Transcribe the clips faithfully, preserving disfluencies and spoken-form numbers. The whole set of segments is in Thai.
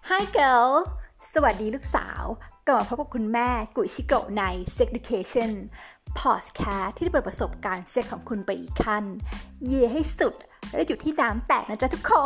Hi girl สวัสดีลูกสาวกลับมาพบกับคุณแม่กุยชิโกะใน Sex Education Podcast ที่จะเปิดประสบการณ์เซ็กของคุณไปอีกขั้นเย่ให้สุดและอยู่ที่น้ำแตกนะจ๊ะทุกคน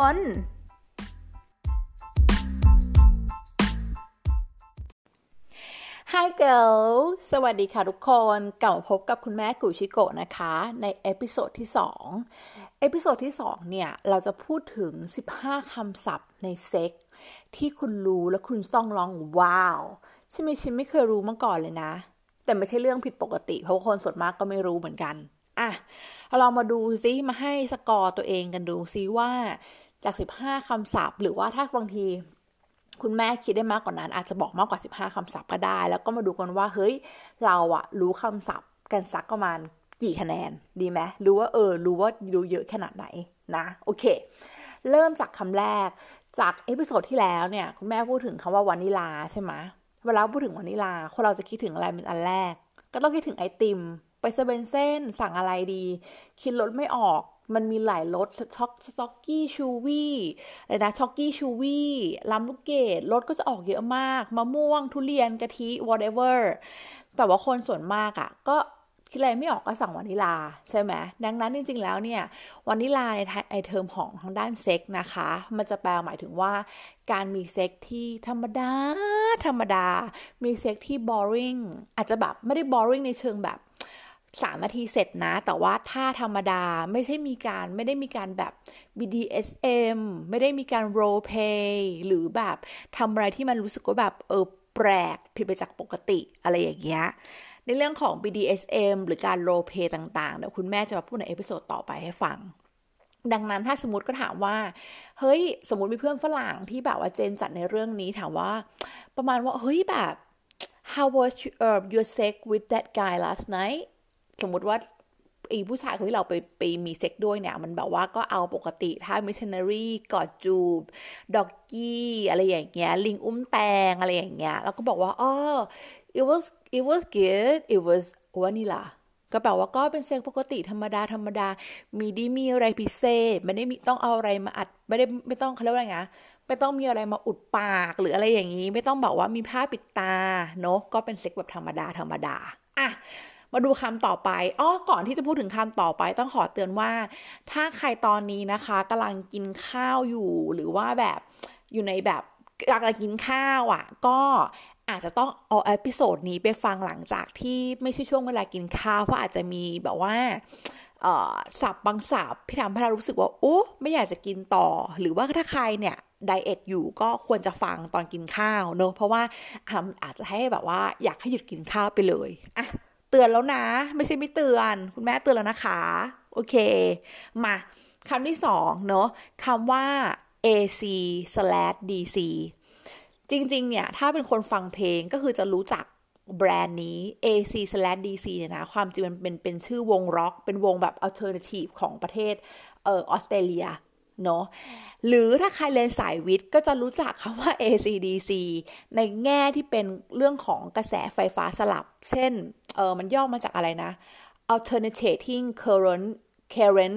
Hi girl สวัสดีค่ะทุกคนกลับมาพบกับคุณแม่กุยชิโกะนะคะในเอพิโซดที่สองเอพิโซดที่สองเนี่ยเราจะพูดถึงสิบห้าคำศัพท์ในเซ็กที่คุณรู้และคุณต้องร้องว้าวใช่ไหมฉันไม่เคยรู้มาก่อนเลยนะแต่ไม่ใช่เรื่องผิดปกติเพราะคนส่วนมากก็ไม่รู้เหมือนกันอ่ะเรามาดูซิมาให้สกอร์ตัวเองกันดูซิว่าจากสิบห้าคำศัพท์หรือว่าถ้าบางทีคุณแม่คิดได้มากกว่านั้นอาจจะบอกมากกว่าสิบห้าคำศัพท์ก็ได้แล้วก็มาดูกันว่าเฮ้ยเราอะรู้คำศัพท์กันสักประมาณกี่คะแนนดีไหมรู้ว่าเออรู้ว่ารู้เยอะขนาดไหนนะโอเคเริ่มจากคำแรกจากเอพิโซดที่แล้วเนี่ยคุณแม่พูดถึงคำว่าวานิลาใช่ไหมเวลาพูดถึงวานิลาคนเราจะคิดถึงอะไรเป็นอันแรกก็ต้องคิดถึงไอติมไปเซเว่นเส้นสั่งอะไรดีคิดรสไม่ออกมันมีหลายรสช็อกช็อกกี้ชูวี่อะไรนะช็อกกี้ชูวี่ลำลูกเกดรสก็จะออกเยอะมากมะม่วงทุเรียนกะทิ whatever แต่ว่าคนส่วนมากอ่ะก็คิดอะไรไม่ออกก็สั่งวานิลาใช่ไหมดังนั้นจริงๆแล้วเนี่ยวานิลาในไอเทอมของทางด้านเซ็กนะคะมันจะแปลหมายถึงว่าการมีเซ็กที่ธรรมดาธรรมดามีเซ็กที่ boring อาจจะแบบไม่ได้ boring ในเชิงแบบสามนาทีเสร็จนะแต่ว่าถ้าธรรมดาไม่ใช่มีการไม่ได้มีการแบบ บี ดี เอส เอ็ม ไม่ได้มีการ role play หรือแบบทำอะไรที่มันรู้สึกว่าแบบเออแปลกผิดไปจากปกติอะไรอย่างเงี้ยในเรื่องของ บี ดี เอส เอ็ม หรือการ role play ต่างๆเดี๋ยวคุณแม่จะมาพูดในเอพิโซดต่อไปให้ฟังดังนั้นถ้าสมมติก็ถามว่าเฮ้ยสมมติมีเพื่อนฝรั่งที่แบบว่าเจนจัดในเรื่องนี้ถามว่าประมาณว่าเฮ้ยแบบ how was your sex with that guy last nightสมมติว่าไอ้ผู้ชายคนที่เราไปไปมีเซ็กด้วยเนี่ยมันแบบว่าก็เอาปกติถ้า missionary กอดจูบดอกกี้อะไรอย่างเงี้ยลิงอุ้มแตงอะไรอย่างเงี้ยแล้วก็บอกว่าอ๋อ it was it was good it was vanilla ก็แปลว่าก็เป็นเซ็กปกติธรรมดาธรรมดามีดีมีอะไรพิเศษไม่ได้มีต้องเอาอะไรมาอัดไม่ได้ไม่ต้องเขาเรียกว่าอะไรนะไม่ต้องมีอะไรมาอุดปากหรืออะไรอย่างนี้ไม่ต้องบอกว่ามีผ้าปิดตาเนาะก็เป็นเซ็กแบบธรรมดาธรรมดาอ่ะมาดูคำต่อไปอ้อก่อนที่จะพูดถึงคำต่อไปต้องขอเตือนว่าถ้าใครตอนนี้นะคะกำลังกินข้าวอยู่หรือว่าแบบอยู่ในแบบกำลังกินข้าวอ่ะก็อาจจะต้องเอาเอพิโซดนี้ไปฟังหลังจากที่ไม่ใช่ช่วงเวลากินข้าวเพราะอาจจะมีแบบว่าเอ่อสับบางสับที่ทำให้เรารู้สึกว่าโอ้ไม่อยากจะกินต่อหรือว่าถ้าใครเนี่ยไดเอทอยู่ก็ควรจะฟังตอนกินข้าวเนอะเพราะว่าอาจจะให้แบบว่าอยากให้หยุดกินข้าวไปเลยอ่ะเตือนแล้วนะไม่ใช่ไม่เตือนคุณแม่เตือนแล้วนะคะโอเคมาคำที่สองเนอะคำว่า เอ ซี ดี ซี จริงๆเนี่ยถ้าเป็นคนฟังเพลงก็คือจะรู้จักแบรนด์นี้ เอ ซี ดี ซี เนี่ยนะความจริงมันเป็นเป็นชื่อวงร็อกเป็นวงแบบ alternative ของประเทศเอ่อออสเตรเลียเนาะหรือถ้าใครเรียนสายวิทย์ก็จะรู้จักคำว่า เอ ซี ดี ซี ในแง่ที่เป็นเรื่องของกระแสไฟฟ้าสลับเช่นเออมันย่อมาจากอะไรนะ alternating current current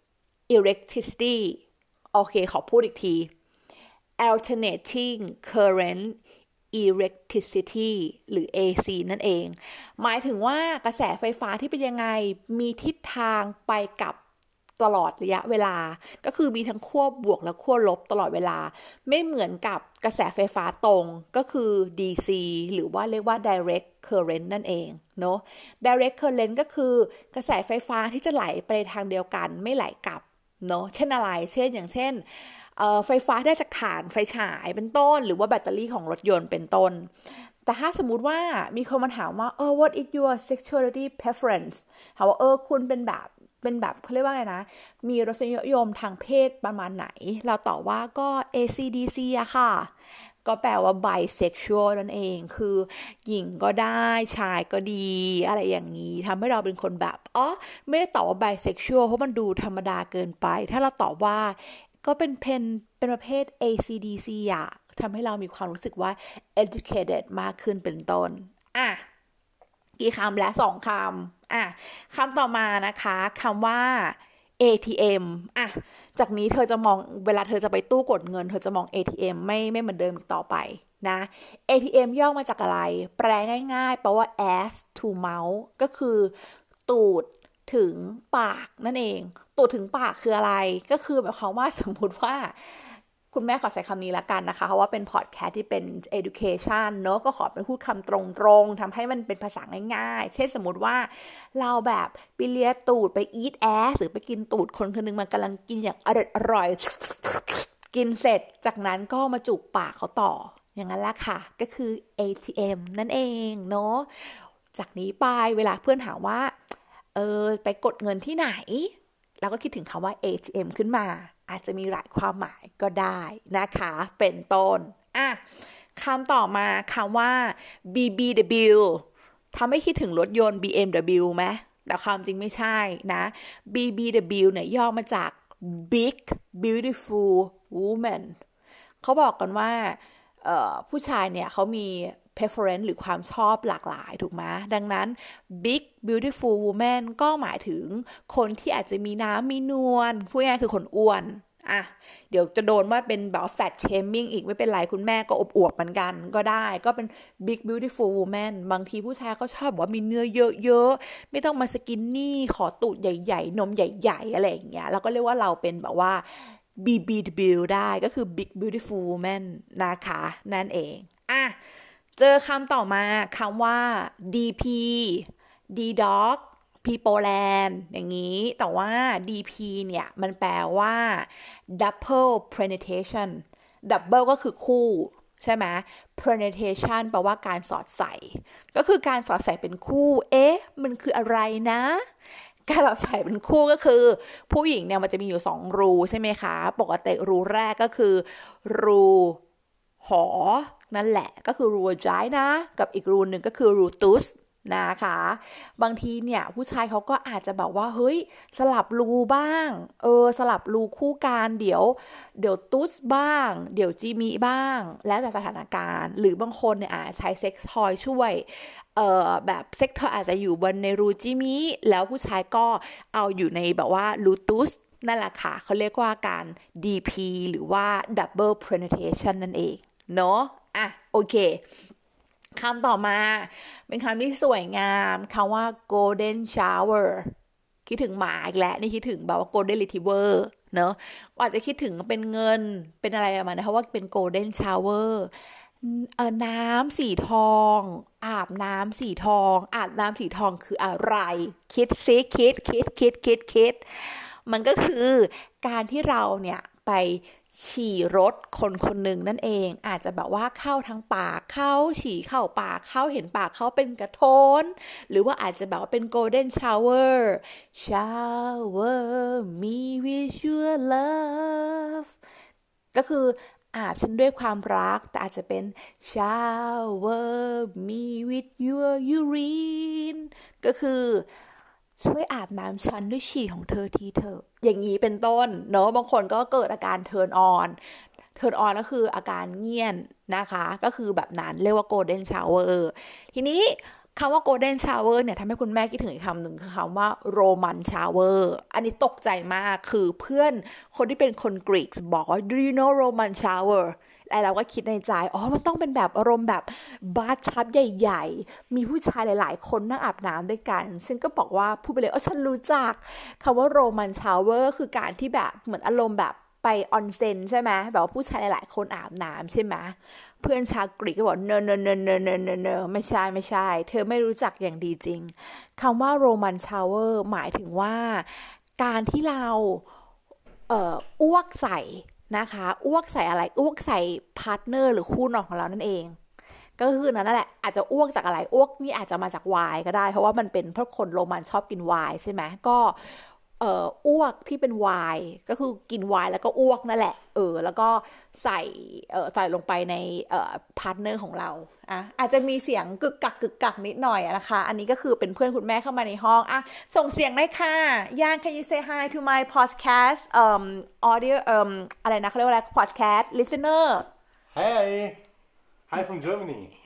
electricity โอเคขอพูดอีกที alternating current electricity หรือ เอ ซี นั่นเองหมายถึงว่ากระแสไฟฟ้าที่เป็นยังไงมีทิศทางไปกับตลอดระยะเวลาก็คือมีทั้งขั้วบวกและขั้วลบตลอดเวลาไม่เหมือนกับกระแสไฟฟ้าตรงก็คือ ดี ซี หรือว่าเรียกว่า direct current นั่นเองเนาะ direct current ก็คือกระแสไฟฟ้าที่จะไหลไปในทางเดียวกันไม่ไหลกลับเนาะเช่นอะไรเช่นอย่างเช่นไฟฟ้าได้จากถ่านไฟฉายเป็นต้นหรือว่าแบตเตอรี่ของรถยนต์เป็นต้นแต่ถ้าสมมุติว่ามีคนมาถามว่าเออ what is your sexuality preference ถามว่าเออคุณเป็นแบบเป็นแบบเขาเรียกว่าไงนะมีรสนิยมทางเพศประมาณไหนเราตอบว่าก็ เอ ซี ดี ซี อะค่ะก็แปลว่า bisexual นั่นเองคือหญิงก็ได้ชายก็ดีอะไรอย่างนี้ทำให้เราเป็นคนแบบอ๋อไม่ได้ตอบว่า bisexual เพราะมันดูธรรมดาเกินไปถ้าเราตอบว่าก็เป็นเพนเป็นประเภท เอ ซี ดี ซี อะทำให้เรามีความรู้สึกว่า educated มากขึ้นเป็นต้นอ่ะกี่คำและสองคำอ่ะคำต่อมานะคะคำว่าเอ ที เอ็ม อ่ะจากนี้เธอจะมองเวลาเธอจะไปตู้กดเงินเธอจะมอง เอ ที เอ็ม ไม่ไม่เหมือนเดิมอีกต่อไปนะ เอ ที เอ็ม ย่อมาจากอะไรแปลง่ายๆแปลว่า ass to mouth ก็คือตูดถึงปากนั่นเองตูดถึงปากคืออะไรก็คือหมายความว่าสมมุติว่าคุณแม่ขอใช้คำนี้ละกันนะคะเพราะว่าเป็นพอดแคสต์ที่เป็น education เนอะก็ขอเป็นพูดคำตรงๆทำให้มันเป็นภาษาง่ายๆเช่นสมมติว่าเราแบบไปเลียตูดไป eat ass หรือไปกินตูดคนคนนึงมันกำลังกินอย่างอร่อยอร่อยกินเสร็จจากนั้นก็มาจุกปากเขาต่ออย่างนั้นแหละค่ะก็คือ เอ ที เอ็ม นั่นเองเนอะจากนี้ไปเวลาเพื่อนถามว่าเออไปกดเงินที่ไหนเราก็คิดถึงคำว่า เอ ที เอ็ม ขึ้นมาอาจจะมีหลายความหมายก็ได้นะคะเป็นต้นอ่ะคำต่อมาคำว่า บี บี ดับเบิลยู ทำให้คิดถึงรถยนต์ บี เอ็ม ดับเบิลยู ไหมแต่ความจริงไม่ใช่นะ บี บี ดับเบิลยู เนี่ยย่อมาจาก Big Beautiful Woman เขาบอกกันว่าผู้ชายเนี่ยเขามี preference หรือความชอบหลากหลายถูกไหมดังนั้น big beautiful woman ก็หมายถึงคนที่อาจจะมีน้ำมีนวลพูดง่ายคือคนอ้วนอ่ะเดี๋ยวจะโดนว่าเป็นแบบ fat shaming อีกไม่เป็นไรคุณแม่ก็อวบๆเหมือนกันก็ได้ก็เป็น big beautiful woman บางทีผู้ชายก็ชอบบอกว่ามีเนื้อเยอะๆไม่ต้องมาสกินนี่ขอตูดใหญ่ๆนมใหญ่ๆอะไรอย่างเงี้ยเราก็เรียกว่าเราเป็นแบบว่า บี บี ดับเบิลยู ได้ก็คือ big beautiful woman นะคะนั่นเองอ่ะเจอคำต่อมาคำว่า ดี พี D-Dog Peopleland อย่างนี้แต่ว่า ดี พี เนี่ยมันแปลว่า double penetration double ก็คือคู่ใช่ไหม penetration แปลว่าการสอดใส่ก็คือการสอดใส่เป็นคู่เอ๊ะมันคืออะไรนะการสอดใส่เป็นคู่ก็คือผู้หญิงเนี่ยมันจะมีอยู่สองรูใช่ไหมคะปกติรูแรกก็คือรูหอนั่นแหละก็คือรู vagina กับอีกรูนึงก็คือรู tush นะคะบางทีเนี่ยผู้ชายเขาก็อาจจะแบบว่าเฮ้ยสลับรูบ้างเออสลับรูคู่กันเดี๋ยวเดี๋ยวตุ๊สบ้างเดี๋ยวจีมีบ้างแล้วแต่สถานการณ์หรือบางคนเนี่ยอาจใช้เซ็กซ์ทอยช่วยเอ่อแบบเซ็กซ์ทอยอาจจะอยู่บนในรูจีมีแล้วผู้ชายก็เอาอยู่ในแบบว่ารูตุ๊สนั่นแหละค่ะเขาเรียกว่าการ ดี พี หรือว่า double penetration นั่นเองเนาะอ่ะโอเคคำต่อมาเป็นคำที่สวยงามคำว่า golden shower คิดถึงหมาอีกแล้วนี่คิดถึงแบบว่า golden retriever เนอะอาจจะคิดถึงเป็นเงินเป็นอะไรประมาณนั้นเพราะว่าเป็น golden shower เออน้ำสีทองอาบน้ำสีทองอาบน้ำสีทองคืออะไรคิดซิคิดคิดคิดคิดคิดมันก็คือการที่เราเนี่ยไปฉี่รถคนคนหนึ่งนั่นเองอาจจะแบบว่าเข้าทางปากเข้าฉี่เข้าปากเข้าเห็นปากเขาเป็นกระโถนหรือว่าอาจจะแบบว่าเป็น golden shower shower me with your love ก็คืออาบฉันด้วยความรักแต่อาจจะเป็น shower me with your urine ก็คือช่วยอาบน้ำฉันด้วยฉี่ของเธอทีเถอะอย่างนี้เป็นต้นเนอะบางคนก็เกิดอาการ turn on turn on ก็คืออาการเงี่ยนนะคะก็คือแบบนั้นเรียกว่า golden shower ทีนี้คำว่า golden shower เนี่ยทำให้คุณแม่คิดถึงอีกคำหนึ่งคือคำว่า roman shower อันนี้ตกใจมากคือเพื่อนคนที่เป็นคนกรีกบอกว่า do you know roman showerแล้วเราก็คิดในใจอ๋อมันต้องเป็นแบบอารมณ์แบบบาร์ทับใหญ่ๆมีผู้ชายหลายๆคนนั่งอาบน้ำด้วยกันซึ่งก็บอกว่าพูดไปเลยอ๋อฉันรู้จักคำว่าโรมันชาวเวอร์คือการที่แบบเหมือนอารมณ์แบบไปออนเซ็นใช่ไหมแบบว่าผู้ชายหลายๆคนอาบน้ำใช่ไหมเพื่อนชาวกรีกก็บอกเนอเนอเนอเนอเนอเนอเนอไม่ใช่ไม่ใช่เธอไม่รู้จักอย่างดีจริงคำว่าโรมันชาวเวอร์หมายถึงว่าการที่เราเอ่ออ้วกใส่นะคะอ้วกใส่อะไรอ้วกใส่พาร์ทเนอร์หรือคู่นอนของเรานั่นเองก็คือนั่นแหละอาจจะอ้วกจากอะไรอ้วกนี่อาจจะมาจากไวน์ก็ได้เพราะว่ามันเป็นเพราะคนโรมันชอบกินไวน์ใช่ไหมก็เอ่ออ้วกที่เป็นไวน์ก็คือกินไวน์แล้วก็อ้วกนั่นแหละเออแล้วก็ใส่เอ่อใส่ลงไปในเอ่อพาร์ทเนอร์ของเราอ่ะอาจจะมีเสียงกึกกักกึกกักนิดหน่อยนะคะอันนี้ก็คือเป็นเพื่อนคุณแม่เข้ามาในห้องอ่ะส่งเสียงได้ค่ะย่าน can you say hi to my podcast um audio um อะไรนะเขาเรียกว่าอะไร podcast listener Hey hi from Germany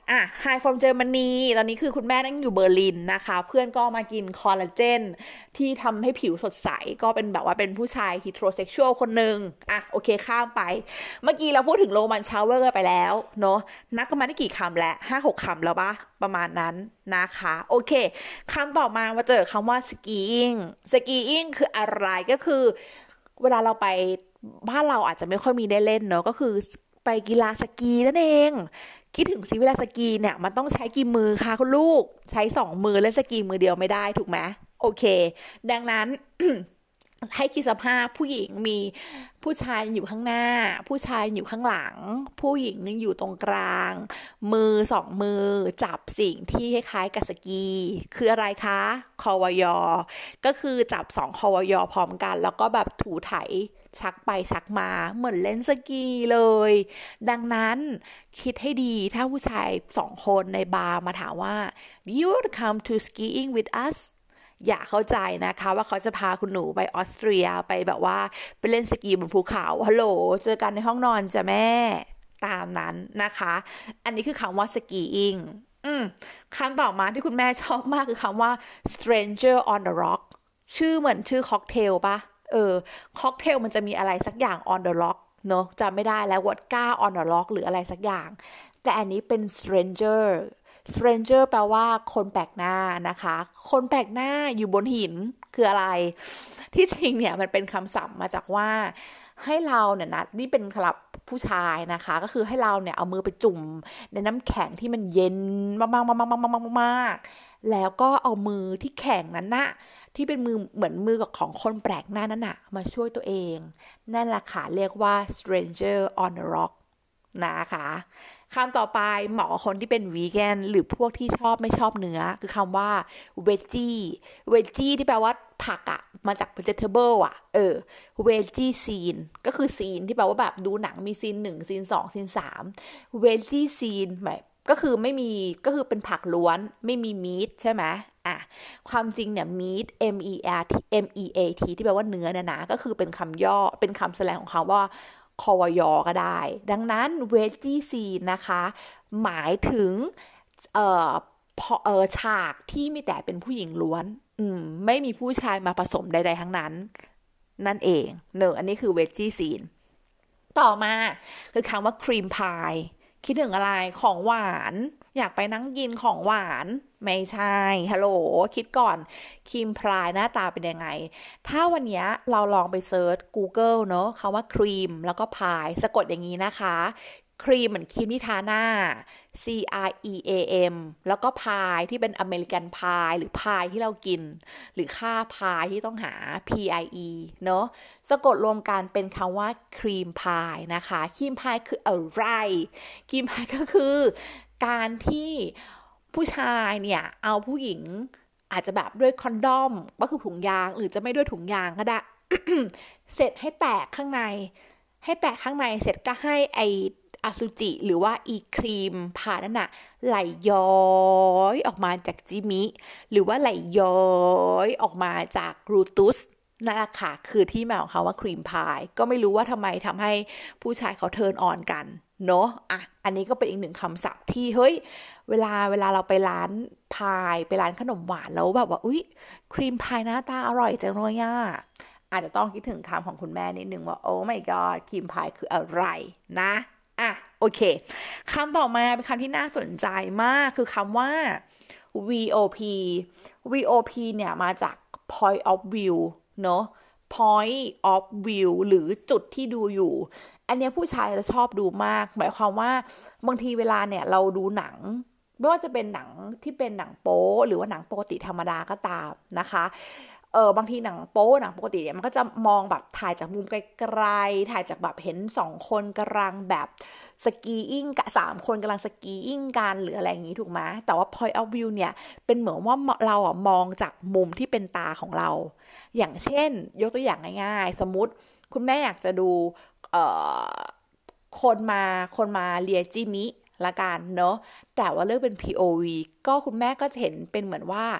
อ่ะ Hi from Germany ตอนนี้คือคุณแม่นั่งอยู่เบอร์ลินนะคะเพื่อนก็มากินคอลลาเจนที่ทำให้ผิวสดใสก็เป็นแบบว่าเป็นผู้ชายฮิโทรเซ็กชวลคนหนึ่งอ่ะโอเคข้ามไปเมื่อกี้เราพูดถึงโรมันชาวเวอร์ไปแล้วเนาะนับกันมาได้กี่คำแล้วห้าหกคำแล้วปะประมาณนั้นนะคะโอเคคำต่อมามาเจอคำว่าสกีอิงสกีอิงคืออะไรก็คือเวลาเราไปบ้านเราอาจจะไม่ค่อยมีได้เล่นเนาะก็คือไปกีฬาสกีนั่นเองคิดถึงสิเวลาสกีเนี่ยมันต้องใช้กี่มือคะคุณลูกใช้สองมือเล่นสกีมือเดียวไม่ได้ถูกไหมโอเคดังนั้น ให้คิดสภาพผู้หญิงมีผู้ชายอยู่ข้างหน้าผู้ชายอยู่ข้างหลังผู้หญิงอยู่ตรงกลางมือสองมือจับสิ่งที่คล้ายๆกับสกีคืออะไรคะคอวยอก็คือจับสองคอวยอพร้อมกันแล้วก็แบบถูไถชักไปชักมาเหมือนเล่นสกีเลยดังนั้นคิดให้ดีถ้าผู้ชายสองคนในบาร์มาถามว่า Do you want to come to skiing with usอย่าเข้าใจนะคะว่าเขาจะพาคุณหนูไปออสเตรียไปแบบว่าไปเล่นสกีบนภูเขาฮัลโหลเจอกันในห้องนอนจ้ะแม่ตามนั้นนะคะอันนี้คือคำว่า skiing อืมคำต่อมาที่คุณแม่ชอบมากคือคำว่า stranger on the rock ชื่อเหมือนชื่อค็อกเทลปะเออค็อกเทลมันจะมีอะไรสักอย่าง on the rock เนอะจำไม่ได้แล้ววอดก้า on the rock หรืออะไรสักอย่างแต่อันนี้เป็น stranger stranger แปลว่าคนแปลกหน้านะคะคนแปลกหน้าอยู่บนหินคืออะไรที่จริงเนี่ยมันเป็นคำศัพท์มาจากว่าให้เราเนี่ยนะนี่เป็นสำหรับผู้ชายนะคะก็คือให้เราเนี่ยเอามือไปจุ่มในน้ำแข็งที่มันเย็นมากๆๆๆๆๆๆแล้วก็เอามือที่แข็งนั้นน่ะที่เป็นมือเหมือนมือของคนแปลกหน้านั้นน่ะมาช่วยตัวเองนั่นแหละค่ะเรียกว่า stranger on the rock นะคะคำต่อไปเหมาะกับคนที่เป็นวีแกนหรือพวกที่ชอบไม่ชอบเนื้อคือคำว่า veggie veggie ที่แปลว่าผักอะมาจาก vegetable อะเออ veggie scene ก็คือซีนที่แปลว่าแบบดูหนังมีซีนหนึ่งซีนสองซีนสาม veggie scene แบบก็คือไม่มีก็คือเป็นผักล้วนไม่มีมีทใช่ไหมอ่ะความจริงเนี่ย meat m e a t m e a t ที่แปลว่าเนื้อเนี่ยนะก็คือเป็นคำย่อเป็นคำแสดงของเขาว่าคอวยอก็ได้ดังนั้นเวจจี้ซีนนะคะหมายถึงเอ่อเอ่อฉากที่มีแต่เป็นผู้หญิงล้วนอืมไม่มีผู้ชายมาผสมใดๆทั้งนั้นนั่นเองเนอะอันนี้คือเวจจี้ซีนต่อมาคือคำว่าครีมพายคิดถึงอะไรของหวานอยากไปนั่งกินของหวานไม่ใช่ฮัลโหลคิดก่อนครีมพายหน้าตาเป็นยังไงถ้าวันนี้เราลองไปเซิร์ช Google เนอะคำว่าครีมแล้วก็พายสะกดอย่างนี้นะคะครีมเหมือนครีมที่ทาหน้า C R E A M แล้วก็พายที่เป็นอเมริกันพายหรือพายที่เรากินหรือค่าพายที่ต้องหา P I E เนอะสะกดรวมกันเป็นคำว่าครีมพายนะคะครีมพายคืออะไรครีมพายก็คือการที่ผู้ชายเนี่ยเอาผู้หญิงอาจจะแบบด้วยคอนดอมก็คือถุงยางหรือจะไม่ด้วยถุงยางก็ได้ เสร็จให้แตกข้างในให้แตกข้างในเสร็จก็ให้ไออสุจิหรือว่าอีครีมผ่านนั่นน่ะไหลย้อยออกมาจากจิมิหรือว่าไหลย้อยออกมาจากรูตุสนั่นแหละค่ะคือที่มาของเขาว่าครีมพายก็ไม่รู้ว่าทำไมทำให้ผู้ชายเขาเทิร์นออนกันเนาะอ่ะอันนี้ก็เป็นอีกหนึ่งคำศัพท์ที่เฮ้ยเวลาเวลาเราไปร้านพายไปร้านขนมหวานแล้วแบบว่าอุ๊ยครีมพายหน้าตาอร่อยจังเลยอ่ะอาจจะต้องคิดถึงคำของคุณแม่นิดนึงว่าโอ้ my god ครีมพายคืออะไรนะอ่ะโอเคคำต่อมาเป็นคำที่น่าสนใจมากคือคำว่า วี โอ พี วี โอ พี เนี่ยมาจาก point of view เนอะ point of view หรือจุดที่ดูอยู่อันนี้ผู้ชายจะชอบดูมากหมายความว่าบางทีเวลาเนี่ยเราดูหนังไม่ว่าจะเป็นหนังที่เป็นหนังโป๊หรือว่าหนังปกติธรรมดาก็ตามนะคะเออบางทีหนังโป๊หนังปกติเนี่ยมันก็จะมองแบบถ่ายจากมุมไกลๆถ่ายจากแบบเห็นสองคนกำลังแบบสกีอิ้งกับสามคนกำลังสกีอิ้งกันหรืออะไรอย่างนี้ถูกไหมแต่ว่า point of view เนี่ยเป็นเหมือนว่าเราอ่ะมองจากมุมที่เป็นตาของเราอย่างเช่นยกตัวอย่างง่ายๆสมมุติคุณแม่อยากจะดูเอ่อคนมาคนมาเลียจิมิละกันเนาะแต่ว่าเลือกเป็น พี โอ วี ก็คุณแม่ก็จะเห็นเป็นเหมือนว่า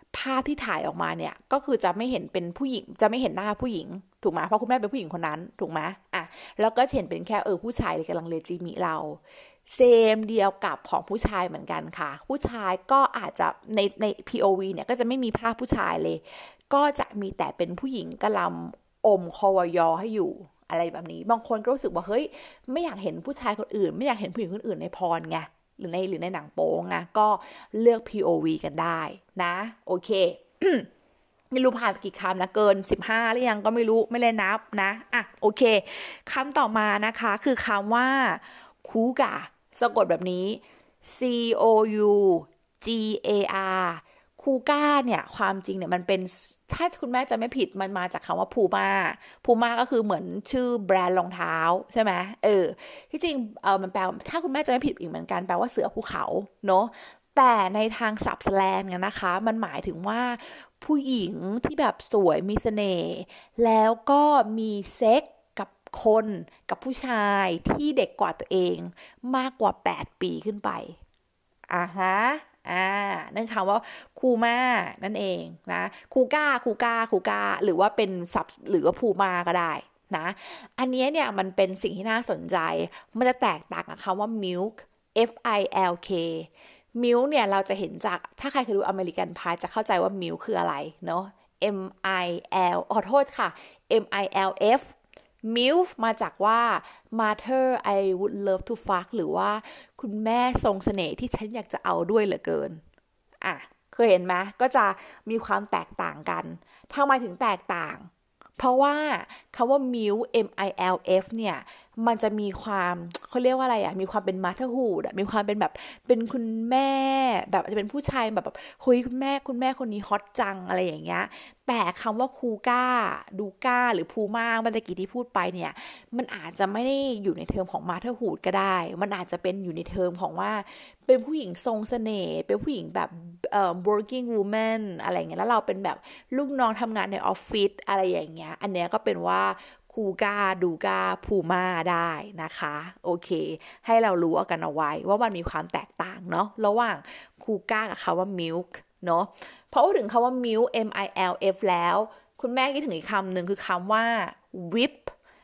ภาพที่ถ่ายออกมาเนี่ยก็คือจะไม่เห็นเป็นผู้หญิงจะไม่เห็นหน้าผู้หญิงถูกไหมเพราะคุณแม่เป็นผู้หญิงคนนั้นถูกไหมอ่ะแล้วก็เห็นเป็นแค่เออผู้ชายกำลังเลจิมิเราเซมเดียวกับของผู้ชายเหมือนกันค่ะผู้ชายก็อาจจะในใน พี โอ วี เนี่ยก็จะไม่มีภาพผู้ชายเลยก็จะมีแต่เป็นผู้หญิงกำลังอมคอวยอให้อยู่อะไรแบบนี้บางคนก็รู้สึกว่าเฮ้ยไม่อยากเห็นผู้ชายคนอื่นไม่อยากเห็นผู้หญิงคนอื่นในพรไงหรือในหรือในหนังโป๊ไงก็เลือก พี โอ วี กันได้นะโอเค ไม่รู้ผ่านไปกี่คำนะเกินสิบห้าหรือยังก็ไม่รู้ไม่เลยนับนะอ่ะโอเคคำต่อมานะคะคือคำว่าคูกะสะกดแบบนี้ C O U G A R คูก้าเนี่ยความจริงเนี่ยมันเป็นถ้าคุณแม่จะไม่ผิดมันมาจากคำว่าพูม่าพูม่าก็คือเหมือนชื่อแบรนด์รองเท้าใช่ไหมเออที่จริงเออมันแปลถ้าคุณแม่จะไม่ผิดอีกเหมือนกันแปลว่าเสือภูเขาเนาะแต่ในทางศัพท์แสลงเนี่ยนะคะมันหมายถึงว่าผู้หญิงที่แบบสวยมีเสน่ห์แล้วก็มีเซ็กกับคนกับผู้ชายที่เด็กกว่าตัวเองมากกว่าแปดปีขึ้นไปอ่าฮะอ่านั่นคำว่าคูม่านั่นเองนะคูก้าคูก้าคูก้าหรือว่าเป็นศัพท์หรือว่าพูม่าก็ได้นะอันนี้เนี่ยมันเป็นสิ่งที่น่าสนใจมันจะแตกต่างกับคำว่า milk F I L K milk เนี่ยเราจะเห็นจากถ้าใครเคยดูอเมริกันพายจะเข้าใจว่า milk คืออะไรเนาะ M I L ขอโทษค่ะ M I L F milk มาจากว่า mother I would love to fuck หรือว่าคุณแม่ทรงเสน่ห์ที่ฉันอยากจะเอาด้วยเหลือเกินอ่ะเคยเห็นไหมก็จะมีความแตกต่างกันทำไมถึงแตกต่างเพราะว่าคำว่า milk M I L F เนี่ยมันจะมีความเขาเรียกว่าอะไรอ่ะมีความเป็น motherhood อ่ะมีความเป็นแบบเป็นคุณแม่แบบอาจจะเป็นผู้ชายแบบแบบเฮ้ยคุณแม่คุณแม่คนนี้ฮอตจังอะไรอย่างเงี้ยแต่คำว่าคูก้าดูก้าหรือพูม่าเมื่อกี้ที่พูดไปเนี่ยมันอาจจะไม่ได้อยู่ในเทอมของ motherhood ก็ได้มันอาจจะเป็นอยู่ในเทอมของว่าเป็นผู้หญิงทรงเสน่ห์เป็นผู้หญิงแบบเอ่อ working woman อะไรเงี้ยแล้วเราเป็นแบบลูกน้องทำงานในออฟฟิศอะไรอย่างเงี้ยอันเนี้ยก็เป็นว่าคูก้าดูก้าพูม่าได้นะคะโอเคให้เรารู้กันเอาไว้ว่ามันมีความแตกต่างเนาะระหว่างคูก้ากับคำว่า milk เนาะพอพูดถึงคำว่า milk M I L F แล้วคุณแม่คิดถึงอีกคำหนึ่งคือคำว่า whip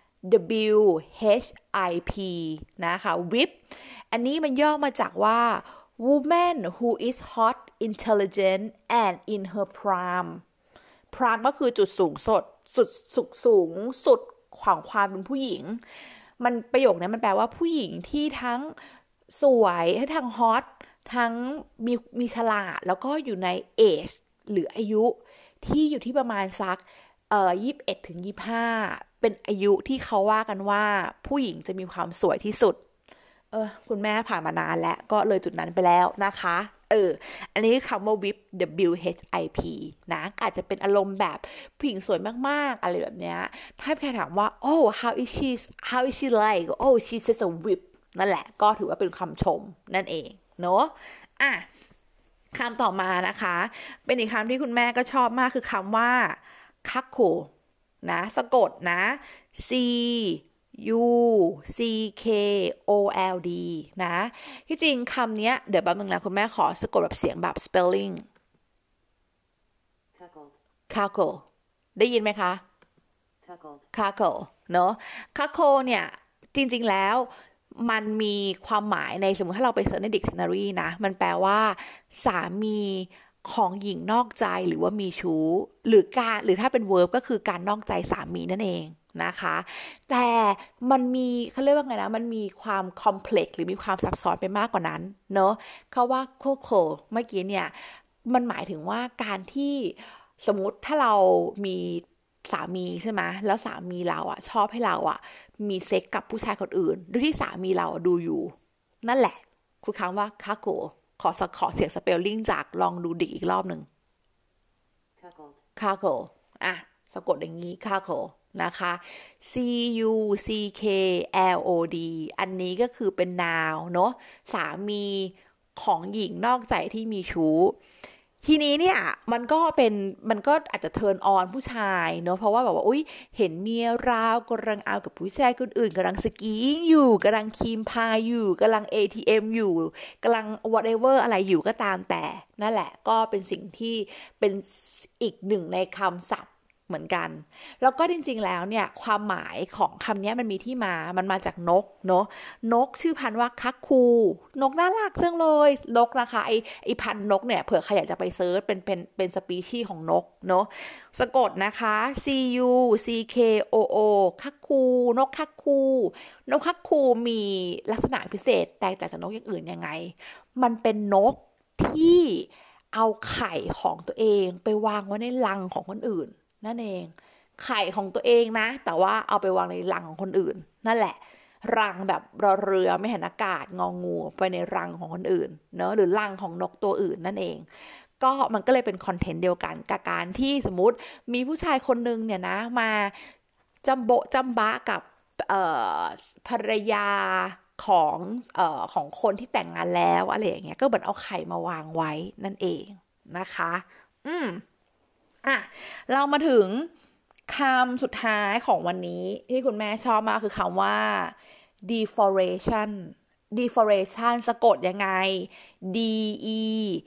W H I P นะคะ whip อันนี้มันย่อมาจากว่า woman who is hot intelligent and in her prime prime ก็คือจุดสูงสุดสุดสุดสูงสุดของความเป็นผู้หญิงมันประโยคนี้มันแปลว่าผู้หญิงที่ทั้งสวยทั้งฮอตทั้งมีมีฉลาดแล้วก็อยู่ในเอจหรืออายุที่อยู่ที่ประมาณสักเอ่อยี่สิบเอ็ดถึงยี่สิบห้าเป็นอายุที่เขาว่ากันว่าผู้หญิงจะมีความสวยที่สุดเออคุณแม่ผ่านมานานแล้วก็เลยจุดนั้นไปแล้วนะคะเอออันนี้คำว่า whip W H I P นะอาจจะเป็นอารมณ์แบบผู้หญิงสวยมากๆอะไรแบบเนี้ยถ้าใครถามว่า oh how is she how is she like oh she's just a whip นั่นแหละก็ถือว่าเป็นคำชมนั่นเองเนาะอ่ะคำต่อมานะคะเป็นอีกคำที่คุณแม่ก็ชอบมากคือคำว่าคักโคนะสะกดนะ C U C K O L D นะที่จริงคำนี้เดี๋ยวแป๊บนึงนะคุณแม่ขอสะกดแบบเสียงแบบ spelling cackle ได้ยินไหมคะ cackle เนอะ cackle เนี่ยจริงๆแล้วมันมีความหมายในสมมติถ้าเราไปเสิร์ชใน dictionary นะมันแปลว่าสามีของหญิงนอกใจหรือว่ามีชู้หรือการหรือถ้าเป็น verb ก็คือการนอกใจสามีนั่นเองนะคะแต่มันมีเขาเรียกว่าไงนะมันมีความ complex หรือมีความซับซ้อนไปมากกว่านั้นเนอะเขาว่า coco เมื่อกี้เนี่ยมันหมายถึงว่าการที่สมมุติถ้าเรามีสามีใช่ไหมแล้วสามีเราอ่ะชอบให้เราอ่ะมีเซ็กกับผู้ชายคนอื่นโดยที่สามีเราดูอยู่นั่นแหละคือคำว่า cocoขอขอเสียงสเปลลิ่งจากลองดูดิอีกรอบหนึ่ง cackle อ่ะสะกดอย่างนี้ cackle นะคะ C U C K L O D อันนี้ก็คือเป็น noun เนาะสามีของหญิงนอกใจที่มีชู้ทีนี้เนี่ยมันก็เป็นมันก็อาจจะเทิร์นออนผู้ชายเนอะเพราะว่าแบบว่าอุ้ยเห็นเมียเรากำลังเอากับผู้ชายคนอื่นกำลังสกียิ่งอยู่กำลังครีมพายอยู่กำลัง เอ ที เอ็ม อยู่กำลัง whatever อะไรอยู่ก็ตามแต่นั่นแหละก็เป็นสิ่งที่เป็นอีกหนึ่งในคำศัพท์เหมือนกันแล้วก็จริงๆแล้วเนี่ยความหมายของคำนี้มันมีที่มามันมาจากนกเนาะนกชื่อพันธุ์ว่าคักคูนกน่ารักจังเลยนกนะคะไอไอพันธุ์นกเนี่ยเผื่อใครอยากจะไปเซิร์ชเป็นเป็นเป็นสปีชีส์ของนกเนาะสะกดนะคะ C U C K O O คักคูนกคักคูนกคักคูมีลักษณะพิเศษแตกต่างจากนกอย่างอื่นยังไงมันเป็นนกที่เอาไข่ของตัวเองไปวางไว้ในรังของคนอื่นนั่นเองไข่ของตัวเองนะแต่ว่าเอาไปวางในรังของคนอื่นนั่นแหละรังแบบรอเรือไม่เห็นอากาศงองูไปในรังของคนอื่นเนอะหรือรังของนกตัวอื่นนั่นเองก็มันก็เลยเป็นคอนเทนต์เดียวกันกับการที่สมมติมีผู้ชายคนนึงเนี่ยนะมาจำโบจำบะกับภรรยาของเอ่อของคนที่แต่งงานแล้วอะไรอย่างเงี้ยก็เหมือนเอาไข่มาวางไว้นั่นเองนะคะอืมอ่ะเรามาถึงคำสุดท้ายของวันนี้ที่คุณแม่ชอบมากคือคำว่า deforestation deforestation สะกดยังไง D E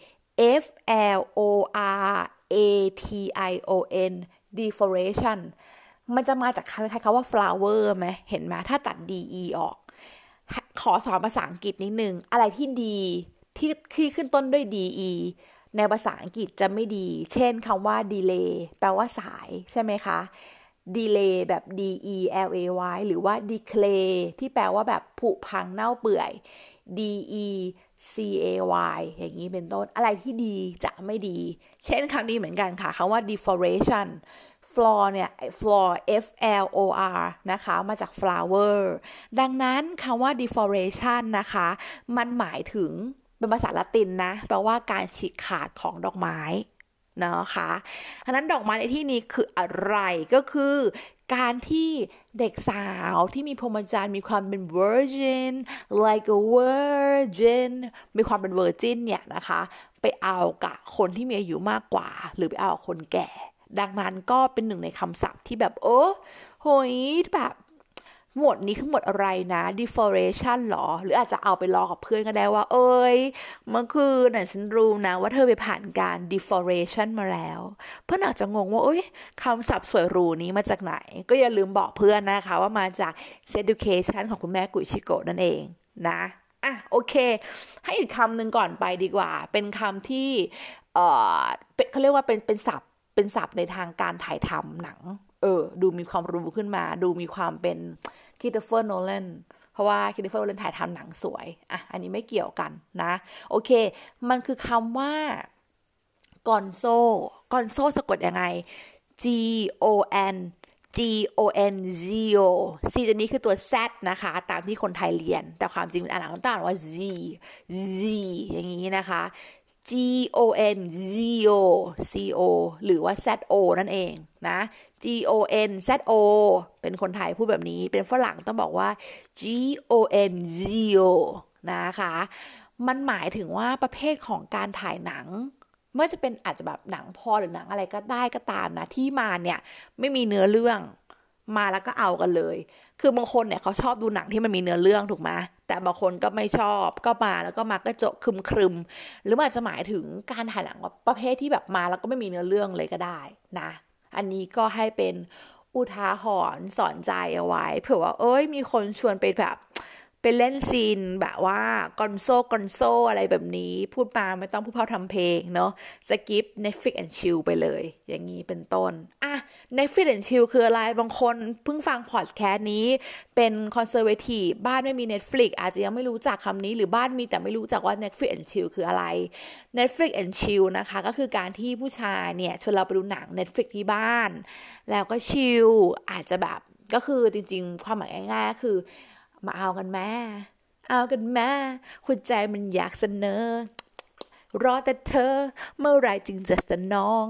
F L O R A T I O N deforestation มันจะมาจากคำคล้ายๆว่า flower ไหมเห็นไหมถ้าตัด D E ออกขอสอนภาษาอังกฤษนิดนึงอะไรที่ดีที่ที่ขึ้นต้นด้วย D Eในภาษาอังกฤษจะไม่ดีเช่นคำว่า delay แปลว่าสายใช่ไหมคะ delay แบบ D E L A Y หรือว่า decay ที่แปลว่าแบบผุพังเน่าเปื่อย D E C A Y อย่างนี้เป็นต้นอะไรที่ดีจะไม่ดีเช่นคำนี้เหมือนกันค่ะคำว่า deforestation floor เนี่ย floor F L O R นะคะมาจาก flower ดังนั้นคำว่า deforestation นะคะมันหมายถึงเป็นภาษาละตินนะแปลว่าการฉีกขาดของดอกไม้นะคะฉะนั้นดอกไม้ในที่นี้คืออะไรก็คือการที่เด็กสาวที่มีพรหมจรรย์มีความเป็น virgin like a virgin มีความเป็น virgin เนี่ยนะคะไปเอากับคนที่มีอายุมากกว่าหรือไปเอากับคนแก่ดังนั้นก็เป็นหนึ่งในคำศัพท์ที่แบบโอ้โหยแบบหมวดนี้คือหมวดอะไรนะ deforestation หรอหรืออาจจะเอาไปล้อกับเพื่อนก็ได้ว่าเอ้ยเมื่อคืนน่ะฉันรู้นะว่าเธอไปผ่านการ deforestation มาแล้วเพื่อนอาจจะงงว่าเอ้ยคำศัพท์สวยหรูนี้มาจากไหนก็อย่าลืมบอกเพื่อนนะคะว่ามาจาก Education ของคุณแม่กุยชิโกะนั่นเองนะอ่ะโอเคให้อีกคำหนึ่งก่อนไปดีกว่าเป็นคำที่เอ่อเขาเรียกว่าเป็นเป็นศัพท์เป็นศัพท์ในทางการถ่ายทำหนังเออดูมีความรู้ขึ้นมาดูมีความเป็นคริสโตเฟอร์โนแลนเพราะว่าคริสโตเฟอร์โนแลนถ่ายทำหนังสวยอ่ะอันนี้ไม่เกี่ยวกันนะโอเคมันคือคำว่ากอนโซกอนโซสะกดยังไง G O N G O N Z O C ตัวนี้คือตัว Z นะคะตามที่คนไทยเรียนแต่ความจริงอ่านต้องอ่านว่า Z Z อย่างนี้นะคะ G O N Z O C O หรือว่า Z O นั่นเองนะ G O N Z O เป็นคนไทยพูดแบบนี้เป็นฝรั่งต้องบอกว่า G O N Z O นะคะมันหมายถึงว่าประเภทของการถ่ายหนังเมื่อจะเป็นอาจจะแบบหนังพอหรือหนังอะไรก็ได้ก็ตามนะที่มาเนี่ยไม่มีเนื้อเรื่องมาแล้วก็เอากันเลยคือบางคนเนี่ยเขาชอบดูหนังที่มันมีเนื้อเรื่องถูกไหมแต่บางคนก็ไม่ชอบก็มาแล้วก็มาก็โจะครึมครึมหรืออาจจะหมายถึงการถ่ายหนังประเภทที่แบบมาแล้วก็ไม่มีเนื้อเรื่องเลยก็ได้นะอันนี้ก็ให้เป็นอุทาหรณ์สอนใจเอาไว้เผื่อว่าเอ้ยมีคนชวนไปแบบไปเล่นซีนแบบว่ากอนโซกอนโซอะไรแบบนี้พูดมาไม่ต้องพูดเพราะทำเพลงเนาะสกิป Netflix and chill ไปเลยอย่างนี้เป็นต้นอ่ะ Netflix and chill คืออะไรบางคนเพิ่งฟังพอดแคสต์นี้เป็นคอนเซอร์เวทีฟบ้านไม่มี Netflix อาจจะยังไม่รู้จักคำนี้หรือบ้านมีแต่ไม่รู้จักว่า Netflix and chill คืออะไร Netflix and chill นะคะก็คือการที่ผู้ชายเนี่ยชวนเราไปดูหนัง Netflix ที่บ้านแล้วก็ชิลอาจจะแบบก็คือจริงๆความหมายง่ายๆคือมาเอากันแม่เอากันแม่หัวใจมันอยากเสนอรอแต่เธอเมื่อไรจึงจะสนอง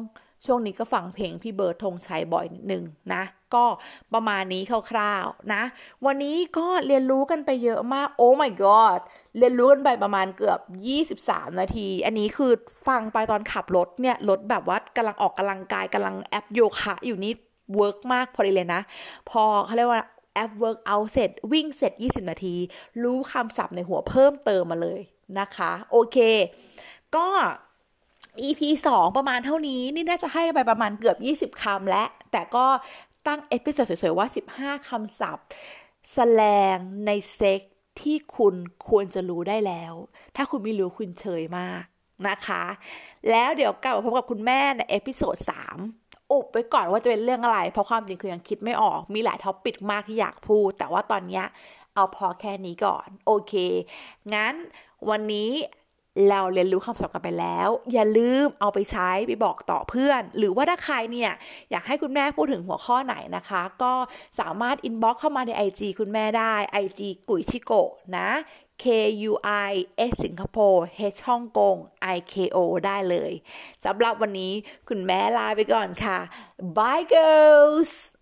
ช่วงนี้ก็ฟังเพลงพี่เบิร์ดธงชัยบ่อยนิดนึงนะก็ประมาณนี้คร่าวๆนะวันนี้ก็เรียนรู้กันไปเยอะมากโอ้ my god เรียนรู้กันไปประมาณเกือบยี่สิบสามนาทีอันนี้คือฟังไปตอนขับรถเนี่ยรถแบบว่ากำลังออกกำลังกายกำลังแอปโยคะอยู่นี่เวิร์กมากพอดีเลยนะพอเขาเรียกว่าแอปเวิร์กเอาเสร็จวิ่งเสร็จยี่สิบนาทีรู้คำศัพท์ในหัวเพิ่มเติมมาเลยนะคะโอเคก็ อี พี สองประมาณเท่านี้นี่น่าจะให้ไปประมาณเกือบยี่สิบคำแล้วแต่ก็ตั้งเอพิโซดสวยๆว่าสิบห้าคำศัพท์แสแลงในเซ็กที่คุณควรจะรู้ได้แล้วถ้าคุณไม่รู้คุณเฉยมากนะคะแล้วเดี๋ยวกลับมาพบกับคุณแม่ในเอพิโซดสามอุบไว้ก่อนว่าจะเป็นเรื่องอะไรเพราะความจริงคือยังคิดไม่ออกมีหลายท็อปิกมากที่อยากพูดแต่ว่าตอนนี้เอาพอแค่นี้ก่อนโอเคงั้นวันนี้เราเรียนรู้คำศัพท์กันไปแล้วอย่าลืมเอาไปใช้ไปบอกต่อเพื่อนหรือว่าถ้าใครเนี่ยอยากให้คุณแม่พูดถึงหัวข้อไหนนะคะก็สามารถอินบ็อกซ์เข้ามาใน ไอ จี คุณแม่ได้ ไอ จี กุยชิโกะนะ K U I S สิงคโปร์ H ฮ่องกง I K O ได้เลยสำหรับวันนี้คุณแม่ลาไปก่อนค่ะ Bye girls